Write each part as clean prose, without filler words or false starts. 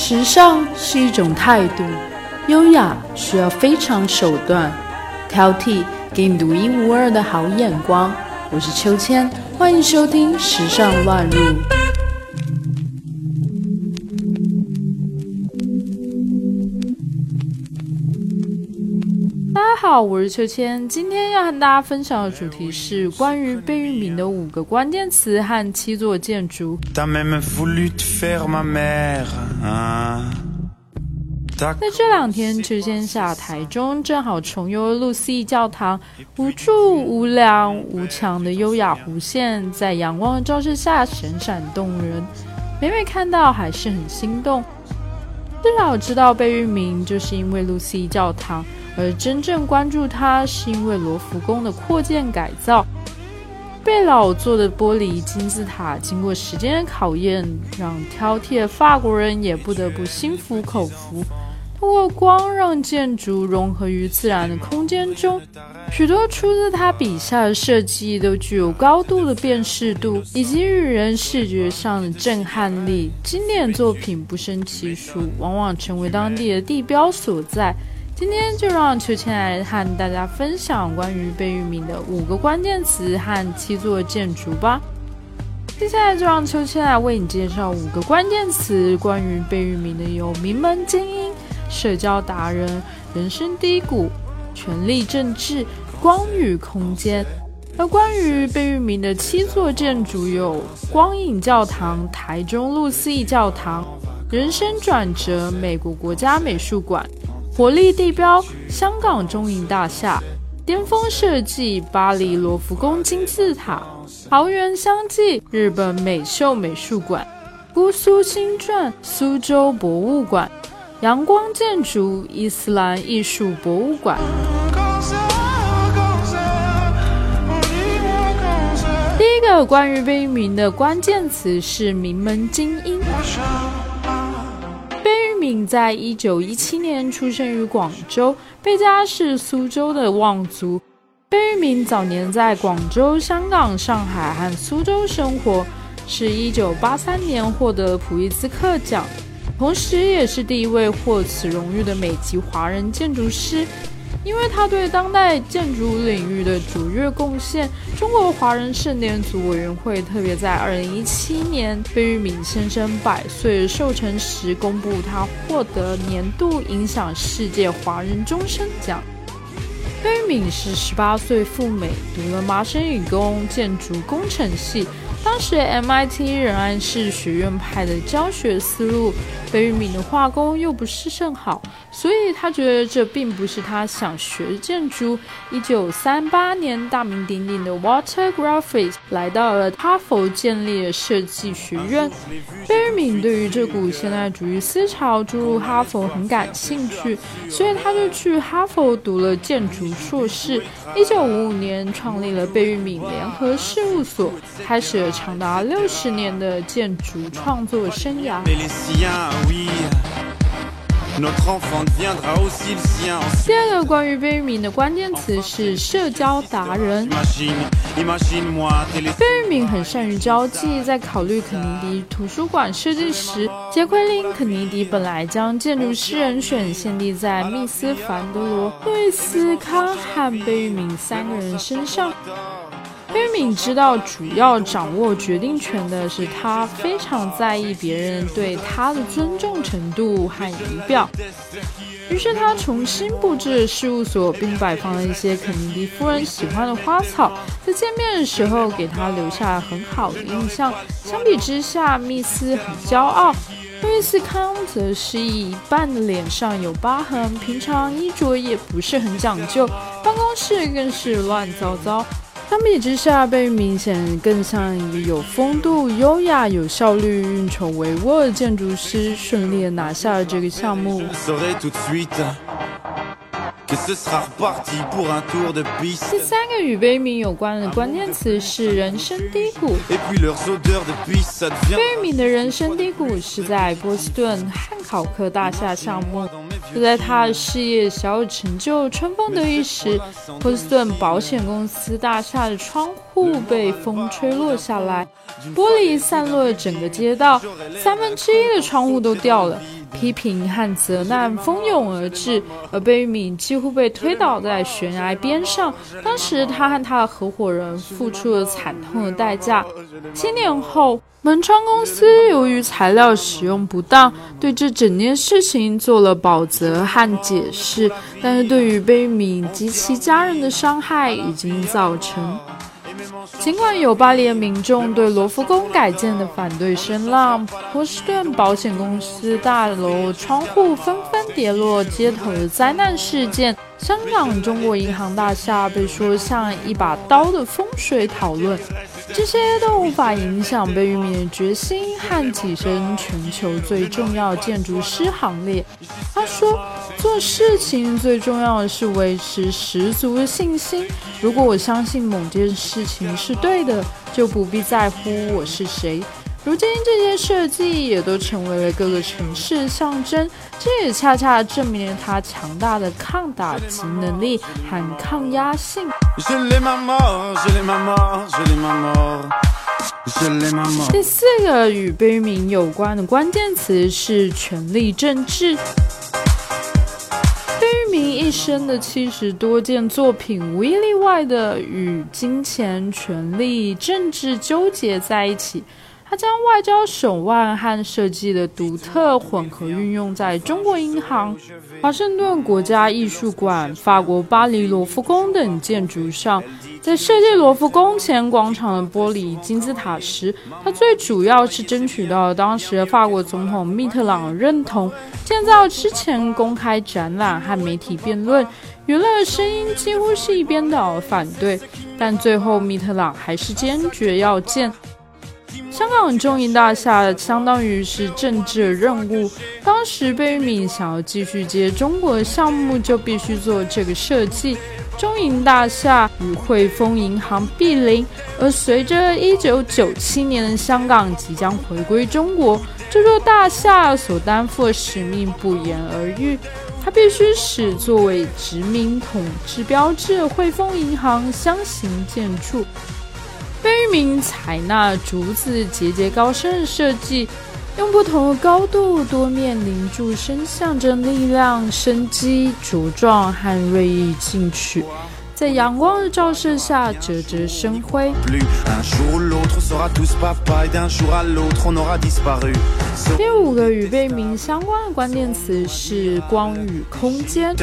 时尚是一种态度，优雅需要非常手段，挑剔给你独一无二的好眼光。我是秋千，欢迎收听时尚乱入。大家好，我是秋千，今天要和大家分享的主题是关于贝聿铭的5个关键词和7座建筑。在这2天，秋千下台中，正好重游露西教堂，无柱无梁无墙的优雅弧线，在阳光的照射下闪闪动人，每每看到还是很心动。至少知道贝聿铭就是因为露西教堂，而真正关注他是因为罗浮宫的扩建改造。贝老做的玻璃金字塔经过时间的考验，让挑剔的法国人也不得不心服口服。通过光让建筑融合于自然的空间中，许多出自他笔下的设计都具有高度的辨识度以及与人视觉上的震撼力。经典作品不胜其数，往往成为当地的地标所在。今天就让秋千来和大家分享关于贝聿铭的5个关键词和7座建筑吧。接下来就让秋千来为你介绍5个关键词。关于贝聿铭的有名门精英、社交达人、人生低谷、权力政治、光与空间。而关于贝聿铭的7座建筑有光影教堂、台中露西教堂、人生转折、美国国家美术馆、活力地标、香港中银大厦、巅峰设计、巴黎罗浮宫金字塔、桃园相继、日本美秀美术馆、姑苏新传、苏州博物馆、阳光建筑、伊斯兰艺术博物馆。第一个关于贝聿铭的关键词是名门精英。贝聿铭在1917年出生于广州，贝家是苏州的望族。贝聿铭早年在广州、香港、上海和苏州生活，是1983年获得普利兹克奖，同时也是第一位获此荣誉的美籍华人建筑师。因为他对当代建筑领域的卓越贡献，中国华人圣典组委员会特别在2017年贝聿铭先生100岁寿辰时公布他获得年度影响世界华人终身奖。贝聿铭是18岁赴美，读了麻省理工建筑工程系。当时 MIT 仍然是学院派的教学思路，贝聿铭的画工又不是甚好，所以他觉得这并不是他想学的建筑。1938年，大名鼎鼎的 Walter Griffith 来到了哈佛建立了设计学院。贝聿铭对于这股现代主义思潮注入哈佛很感兴趣，所以他就去哈佛读了建筑硕士。1955年创立了贝聿铭联合事务所，开始了长达60年的建筑创作生涯。第二个关于贝聿铭的关键词是社交达人。贝聿铭很善于交际，在考虑肯尼迪图书馆设计时，杰奎琳·肯尼迪本来将建筑师人选限定在密斯·凡德罗、路易斯·康和贝聿铭3个人身上。贝聿铭知道主要掌握决定权的是他，非常在意别人对他的尊重程度和仪表。于是他重新布置了事务所，并摆放了一些肯尼迪夫人喜欢的花草，在见面的时候给他留下很好的印象。相比之下，密斯很骄傲，路易斯康则是一半的脸上有疤痕，平常衣着也不是很讲究，办公室更是乱糟糟。相比之下，贝聿铭显然更像一个有风度、优雅、有效率、运筹帷幄的建筑师，顺利地拿下了这个项目。第3个与贝聿铭有关的关键词是人生低谷。贝聿铭的人生低谷是在波士顿汉考克大厦项目。就在他的事业小有成就、春风得意时，波士顿保险公司大厦的窗户被风吹落下来，玻璃散落了整个街道，1/3的窗户都掉了。批评和责难蜂拥而至，而贝聿铭几乎被推倒在悬崖边上。当时他和他的合伙人付出了惨痛的代价。7年后，门窗公司由于材料使用不当，对这整件事情做了保责和解释，但是对于贝聿铭及其家人的伤害已经造成。尽管有巴黎的民众对罗浮宫改建的反对声浪，波士顿保险公司大楼窗户纷纷跌落街头的灾难事件，香港中国银行大厦被说像一把刀的风水讨论，这些都无法影响贝聿铭的决心和跻身全球最重要建筑师行列。他说，做事情最重要的是维持十足的信心，如果我相信某件事情是对的，就不必在乎我是谁。如今这些设计也都成为了各个城市的象征，这也恰恰证明了它强大的抗打击能力和抗压性。第四个与贝聿铭有关的关键词是权力政治。贝聿铭一生的70多件作品，无一例外的与金钱、权力、政治纠结在一起。他将外交手腕和设计的独特混合运用在中国银行、华盛顿国家艺术馆、法国巴黎罗浮宫等建筑上。在设计罗浮宫前广场的玻璃金字塔时，他最主要是争取到当时的法国总统密特朗认同。建造之前公开展览和媒体辩论，舆论的声音几乎是一边倒的反对，但最后密特朗还是坚决要建。香港中银大厦相当于是政治的任务，当时贝聿铭想要继续接中国的项目，就必须做这个设计。中银大厦与汇丰银行毗邻，而随着1997年的香港即将回归中国，这座大厦所担负的使命不言而喻，它必须使作为殖民统治标志的汇丰银行相形见绌。贝聿铭采纳竹子节节高升的设计，用不同的高度、多面零柱身象征力量、生机、茁壮和锐意进取，在阳光的照射下折折生辉。第5个与贝聿铭相关的关键词是光与空间。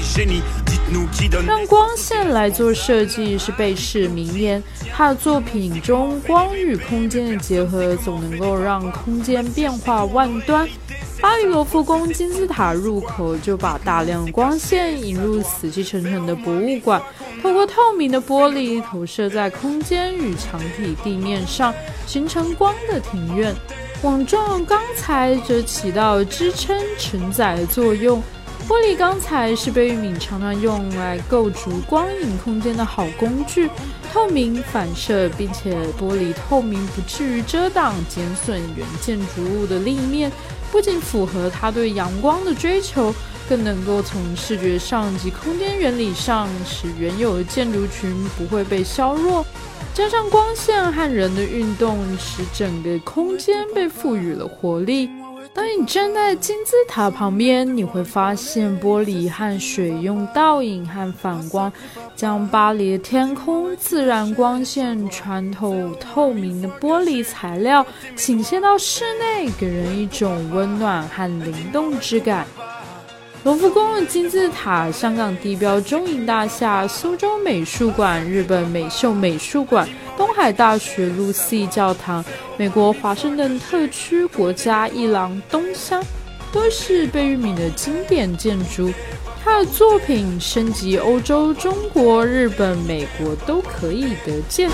让光线来做设计是贝氏名言，他的作品中光与空间的结合总能够让空间变化万端。巴黎罗浮宫金字塔入口就把大量的光线引入死气沉沉的博物馆，透过透明的玻璃投射在空间与墙体地面上，形成光的庭院。网状钢材则起到支撑承载的作用。玻璃钢材是贝聿铭常常用来构筑光影空间的好工具，透明反射，并且玻璃透明不至于遮挡减损原建筑物的立面，不仅符合他对阳光的追求，更能够从视觉上及空间原理上使原有的建筑群不会被削弱。加上光线和人的运动，使整个空间被赋予了活力。当你站在金字塔旁边，你会发现玻璃和水用倒影和反光，将巴黎的天空自然光线穿透透明的玻璃材料，倾泻到室内，给人一种温暖和灵动之感。罗浮宫的金字塔、香港地标中银大厦、苏州美术馆、日本美秀美术馆、东海大学露西教堂、美国华盛顿特区国家艺廊东厢，都是贝聿铭的经典建筑。他的作品升级欧洲、中国、日本、美国都可以得见。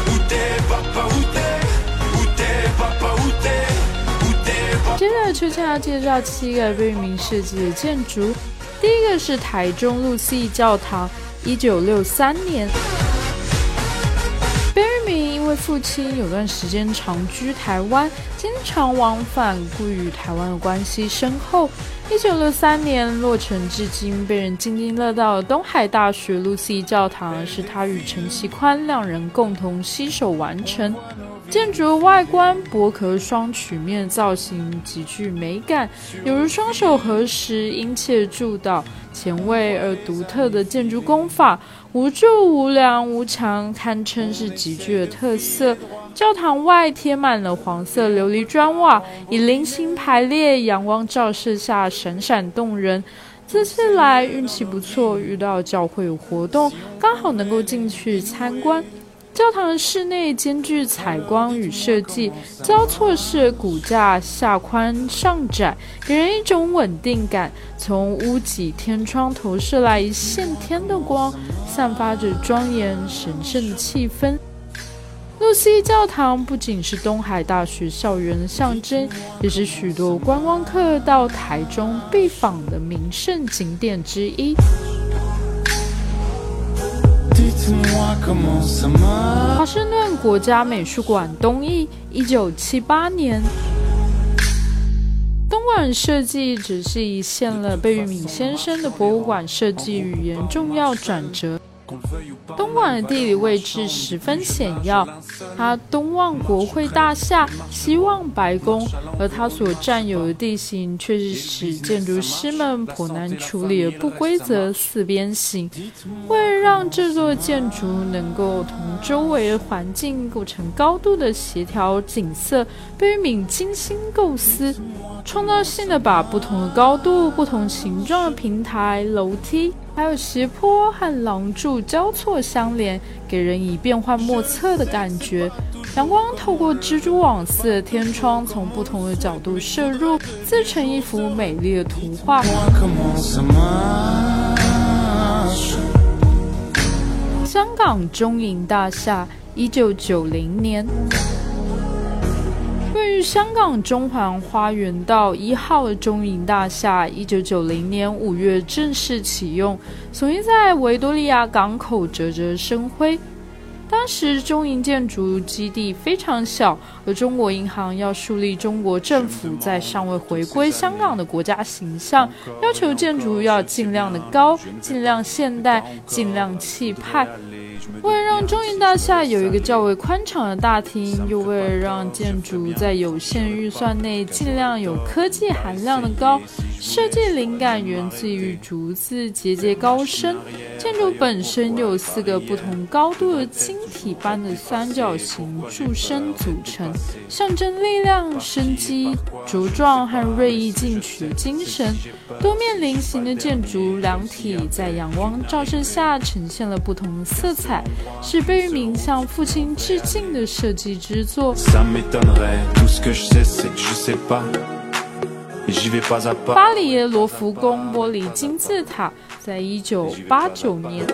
接着秋千要介绍7个贝聿铭设计的建筑。第一个是台中露西教堂，1963年。贝聿铭因为为父亲有段时间长居台湾，经常往返，故与台湾的关系深厚。1963年落成至今，被人津津乐道的东海大学露西教堂是他与陈其宽两人共同携手完成。建筑的外观薄壳双曲面造型极具美感，有如双手合十，殷切祝祷。前卫而独特的建筑工法，无柱无梁无墙，堪称是极具的特色。教堂外贴满了黄色琉璃砖瓦，以菱形排列，阳光照射下闪闪动人。这次来运气不错，遇到教会有活动，刚好能够进去参观。教堂的室内兼具采光与设计，交错式骨架下宽上窄，给人一种稳定感。从屋脊天窗投射来一线天的光，散发着庄严神圣的气氛。露西教堂不仅是东海大学校园的象征，也是许多观光客到台中必访的名胜景点之一。华盛顿国家美术馆东翼，1978年。东馆设计只是一现了贝聿铭先生的博物馆设计语言重要转折。东馆的地理位置十分显要，它东望国会大厦，西望白宫，而它所占有的地形却是使建筑师们颇难处理的不规则四边形。为了让这座建筑能够同周围的环境构成高度的协调景色，贝聿铭精心构思，创造性的把不同的高度、不同形状的平台、楼梯还有斜坡和廊柱交错相连，给人以变幻莫测的感觉。阳光透过蜘蛛网似的天窗，从不同的角度射入，自成一幅美丽的图画。香港中银大厦，1990年。位于香港中环花园道1号的中银大厦，1990年5月正式启用，所以在维多利亚港口啧啧生辉。当时中银建筑基地非常小，而中国银行要树立中国政府在尚未回归香港的国家形象，要求建筑要尽量的高、尽量现代、尽量气派。为了让中银大厦有一个较为宽敞的大厅，又为了让建筑在有限预算内尽量有科技含量的高，设计灵感源自于竹子节节高升。建筑本身有4个不同高度的晶体般的三角形柱身组成，象征力量、生机、茁壮和锐意进取的精神。多面菱形的建筑两体在阳光照射下呈现了不同的色彩，是贝聿铭向父亲致敬的设计之作。巴黎的罗浮宫玻璃金字塔在1989年。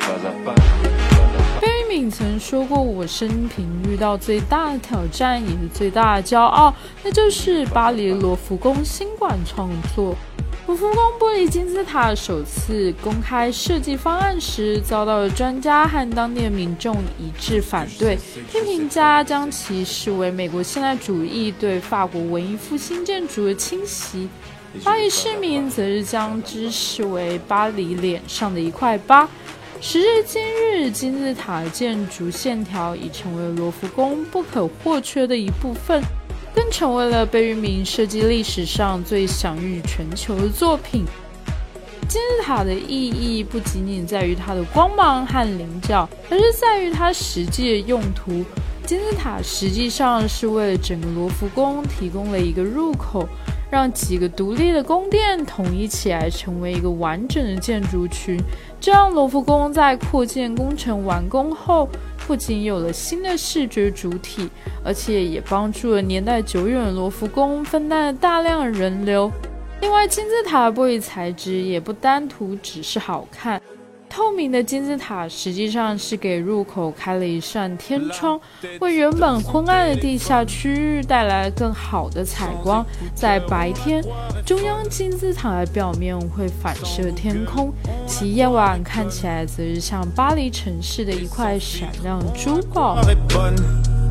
贝聿铭曾说过，我生平遇到最大的挑战也是最大的骄傲，那就是巴黎的罗浮宫新馆创作。罗浮宫玻璃金字塔首次公开设计方案时，遭到了专家和当地的民众一致反对，批评家将其视为美国现代主义对法国文艺复兴建筑的侵袭。巴黎市民则是将之视为巴黎脸上的一块疤。时至今日，金字塔的建筑线条已成为罗浮宫不可或缺的一部分，更成为了贝聿铭设计历史上最享誉全球的作品。金字塔的意义不仅仅在于它的光芒和棱角，而是在于它实际的用途。金字塔实际上是为了整个罗浮宫提供了一个入口，让几个独立的宫殿统一起来成为一个完整的建筑群。这样罗浮宫在扩建工程完工后，不仅有了新的视觉主体，而且也帮助了年代久远的罗浮宫分担了大量的人流。另外，金字塔的玻璃材质也不单图只是好看，透明的金字塔实际上是给入口开了一扇天窗，为原本昏暗的地下区域带来更好的采光。在白天，中央金字塔的表面会反射天空，其夜晚看起来则是像巴黎城市的一块闪亮珠宝。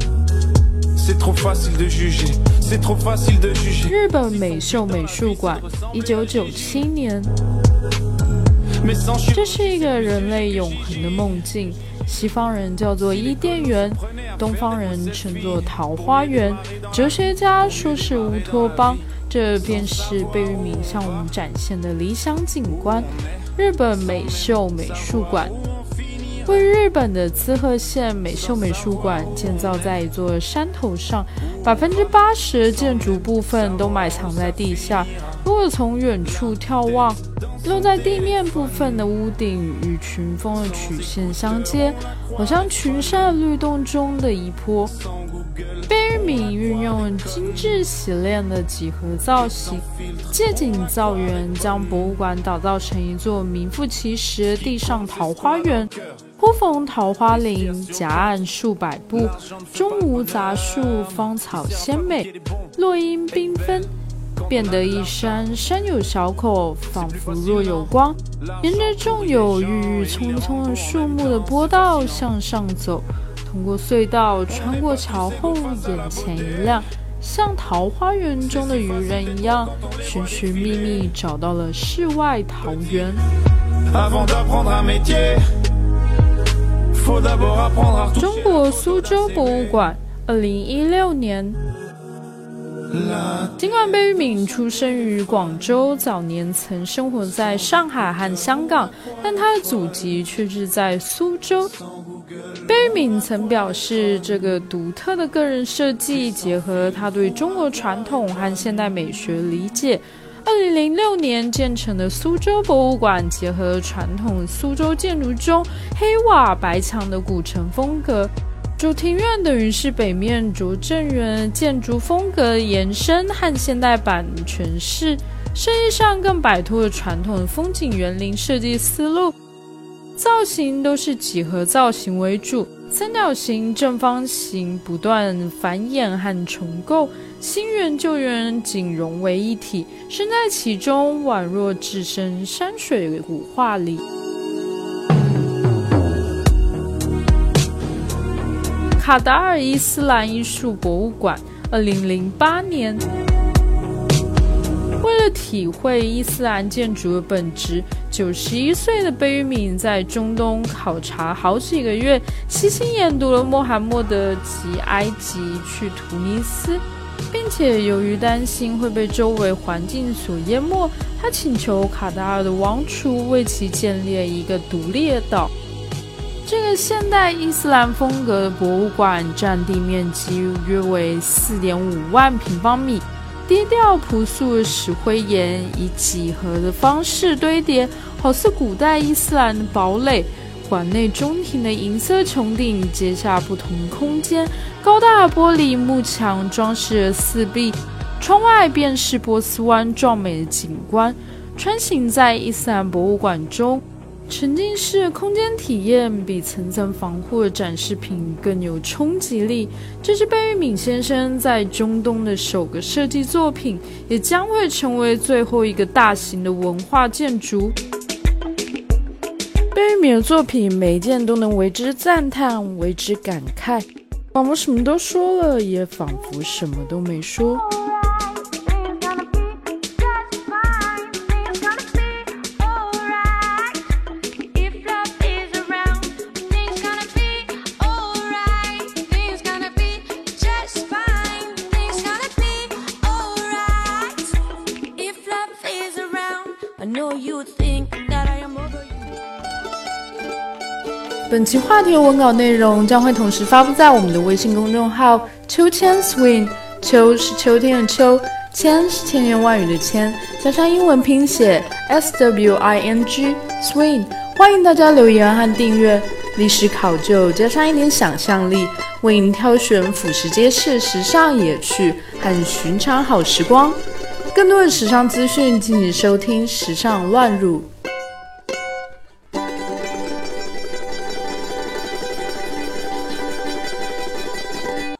日本美秀美术馆，1997年。这是一个人类永恒的梦境，西方人叫做伊甸园，东方人称作桃花源，哲学家说是乌托邦，这便是贝聿铭向我们展现的理想景观。日本美秀美术馆位于日本的滋贺县，美秀美术馆建造在一座山头上，80%的建筑部分都埋藏在地下。如果从远处眺望，露在地面部分的屋顶与群峰的曲线相接，好像群山律动中的一波。贝聿铭运用精致洗练的几何造型，借景造园，将博物馆打造成一座名副其实的地上桃花源。忽逢桃花林，夹岸数百步，中无杂树，芳草鲜美，落英缤纷，便得一山，山有小口，仿佛若有光。沿着种有郁郁葱葱的树木的坡道向上走，通过隧道，穿过桥后，眼前一亮，像桃花源中的渔人一样，寻寻觅觅找到了世外桃源。中国苏州博物馆，2016年。尽管贝聿铭出生于广州，早年曾生活在上海和香港，但他的祖籍却是在苏州。贝聿铭曾表示，这个独特的个人设计结合他对中国传统和现代美学理解。2006年建成的苏州博物馆结合传统苏州建筑中黑瓦白墙的古城风格，主庭院等于是北面拙政园建筑风格的延伸和现代版诠释，设计上更摆脱了传统的风景园林设计思路，造型都是几何造型为主，三角形、正方形不断繁衍和重构，新园旧园仅融为一体，身在其中，宛若置身山水古画里。卡达尔伊斯兰艺术博物馆，2008年。为了体会伊斯兰建筑的本质，91岁的贝聿铭在中东考察好几个月，悉心研读了穆罕默德及埃及去突尼斯，并且由于担心会被周围环境所淹没，他请求卡达尔的王储为其建立一个独立的岛。这个现代伊斯兰风格的博物馆占地面积约为 4.5 万平方米，低调朴素的石灰岩以几何的方式堆叠，好似古代伊斯兰的堡垒。馆内中庭的银色穹顶接下不同的空间，高大的玻璃幕墙装饰了四壁，窗外便是波斯湾壮美的景观。穿行在伊斯兰博物馆中，沉浸式空间体验比层层防护的展示品更有冲击力。这是贝聿铭先生在中东的首个设计作品，也将会成为最后一个大型的文化建筑。贝聿铭的作品每一件都能为之赞叹，为之感慨，仿佛什么都说了，也仿佛什么都没说。本期话题的文稿内容将会同时发布在我们的微信公众号秋千 swing， 秋是秋天的秋，千是千言万语的千，加上英文拼写 SWING swing。 欢迎大家留言和订阅，历史考究加上一点想象力，为您挑选俯拾皆是时尚野趣和寻常好时光。更多的时尚资讯，敬请收听时尚乱入。